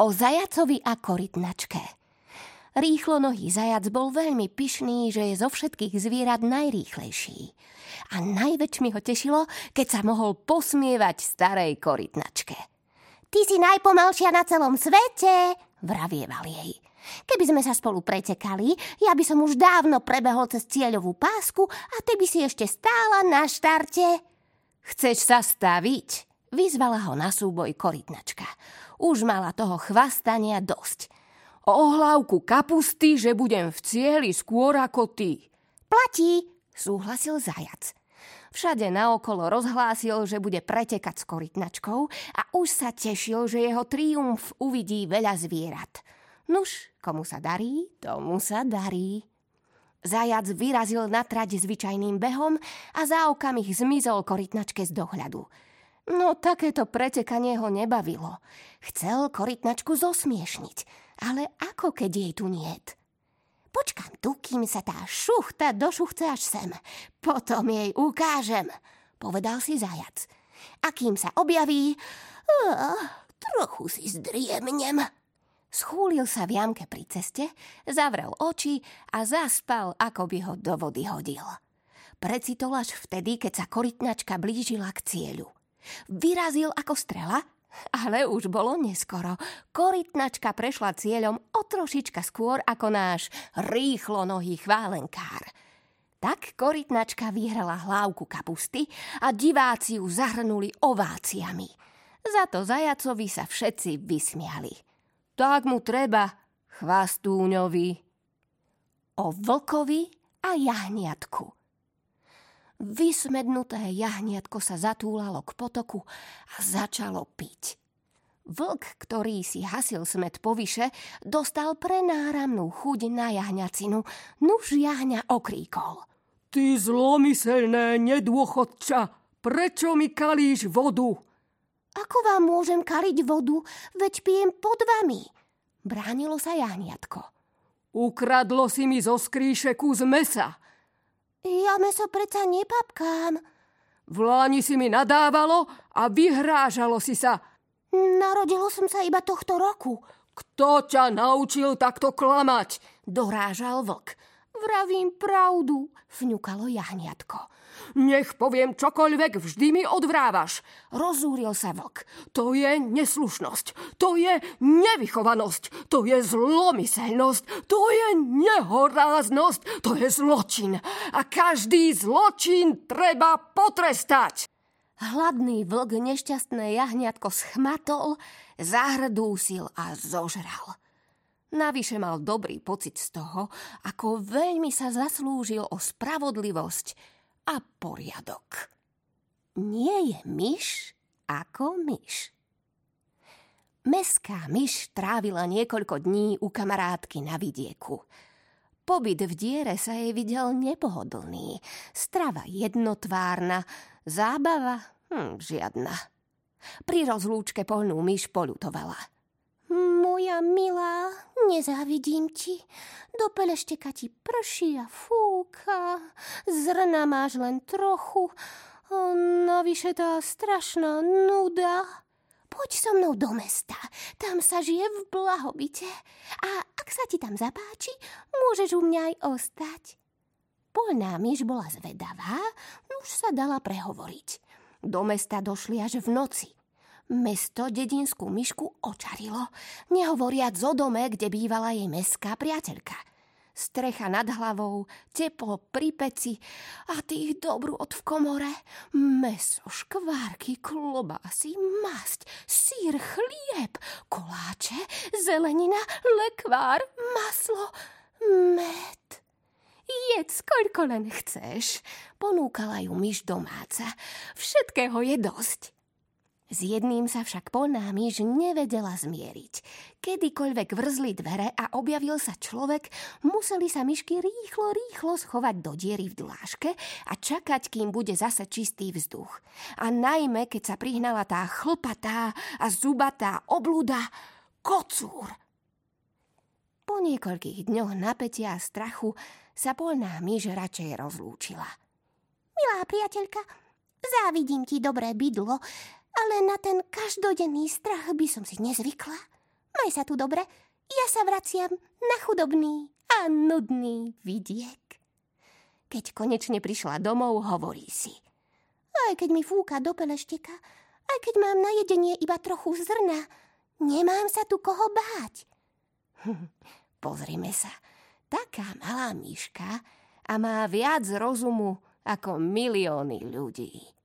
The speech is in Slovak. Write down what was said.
O zajacovi a korytnačke. Rýchlonohý zajac bol veľmi pyšný, že je zo všetkých zvierat najrýchlejší. A najväčšmi ho tešilo, keď sa mohol posmievať starej korytnačke. Ty si najpomalšia na celom svete, vravieval jej. Keby sme sa spolu pretekali, ja by som už dávno prebehol cez cieľovú pásku a ty by si ešte stála na štarte. Chceš sa staviť? Vyzvala ho na súboj korytnačka. Už mala toho chvastania dosť. O hlavku kapusty, že budem v cieli skôr ako ty. Platí, súhlasil zajac. Všade naokolo rozhlásil, že bude pretekať s korytnačkou a už sa tešil, že jeho triumf uvidí veľa zvierat. Nuž, komu sa darí, tomu sa darí. Zajac vyrazil na trať zvyčajným behom a za okamih zmizol korytnačke z dohľadu. No takéto pretekanie ho nebavilo. Chcel korytnačku zosmiešniť, ale ako keď jej tu niet? Počkám tu, kým sa tá šuchta došuchce až sem. Potom jej ukážem, povedal si zajac. A kým sa objaví, trochu si zdriemnem. Schúlil sa v jamke pri ceste, zavrel oči a zaspal, ako by ho do vody hodil. Precitol až vtedy, keď sa korytnačka blížila k cieľu. Vyrazil ako strela, ale už bolo neskoro. Korytnačka prešla cieľom o trošička skôr ako náš rýchlonohý chválenkár. Tak korytnačka vyhrala hlávku kapusty a diváci ju zahrnuli ováciami. Za to zajacovi sa všetci vysmiali. Tak mu treba, chvastúňovi. O vlkovi a jahniatku. Vysmednuté jahniatko sa zatúlalo k potoku a začalo piť. Vlk, ktorý si hasil smäd povyše, dostal prenáramnú chuť na jahňacinu, nuž jahňa okríkol. Ty zlomyselné nedôchodča, prečo mi kalíš vodu? Ako vám môžem kaliť vodu, veď pijem pod vami? Bránilo sa jahniatko. Ukradlo si mi zo skríše kus mesa. Ja meso predsa nepapkám. V láni si mi nadávalo a vyhrážalo si sa. Narodilo som sa iba tohto roku. Kto ťa naučil takto klamať? Dorážal vlk. Vravím pravdu, fňukalo jahniatko. Nech poviem čokoľvek, vždy mi odvrávaš. Rozúril sa vlk. To je neslušnosť, to je nevychovanosť, to je zlomyselnosť, to je nehoráznosť, to je zločin. A každý zločin treba potrestať. Hladný vlk nešťastné jahniatko schmatol, zahrdúsil a zožral. Navyše mal dobrý pocit z toho, ako veľmi sa zaslúžil o spravodlivosť a poriadok. Nie je myš ako myš. Mestská myš trávila niekoľko dní u kamarátky na vidieku. Pobyt v diere sa jej videl nepohodlný, strava jednotvárna, zábava žiadna. Pri rozlúčke poľnú myš poľutovala. Moja milá, nezávidím ti. Do pelešteka ti prší a fúka. Zrna máš len trochu. Navyše tá strašná nuda. Poď so mnou do mesta. Tam sa žije v blahobite. A ak sa ti tam zapáči, môžeš u mňa aj ostať. Poľná myš bola zvedavá, už sa dala prehovoriť. Do mesta došli až v noci. Mesto dedinskú myšku očarilo, nehovoriac o dome, kde bývala jej mestská priateľka. Strecha nad hlavou, teplo pri peci a tých dobrôt v komore. Mäso, škvárky, klobásy, masť, syr, chlieb, koláče, zelenina, lekvár, maslo, med. Jedz, koľko len chceš, ponúkala ju myš domáca. Všetkého je dosť. S jedným sa však poľná myš nevedela zmieriť. Kedykoľvek vrzli dvere a objavil sa človek, museli sa myšky rýchlo schovať do diery v dláške a čakať, kým bude zase čistý vzduch. A najmä, keď sa prihnala tá chlpatá a zubatá obluda, kocúr. Po niekoľkých dňoch napätia a strachu sa poľná myš radšej rozlúčila. Milá priateľka, závidím ti dobré bydlo, ale na ten každodenný strach by som si nezvykla. Maj sa tu dobre, ja sa vraciam na chudobný a nudný vidiek. Keď konečne prišla domov, hovorí si: aj keď mi fúka do pelešteka, aj keď mám na jedenie iba trochu zrna, nemám sa tu koho báť. Pozrime sa, taká malá myška a má viac rozumu ako milióny ľudí.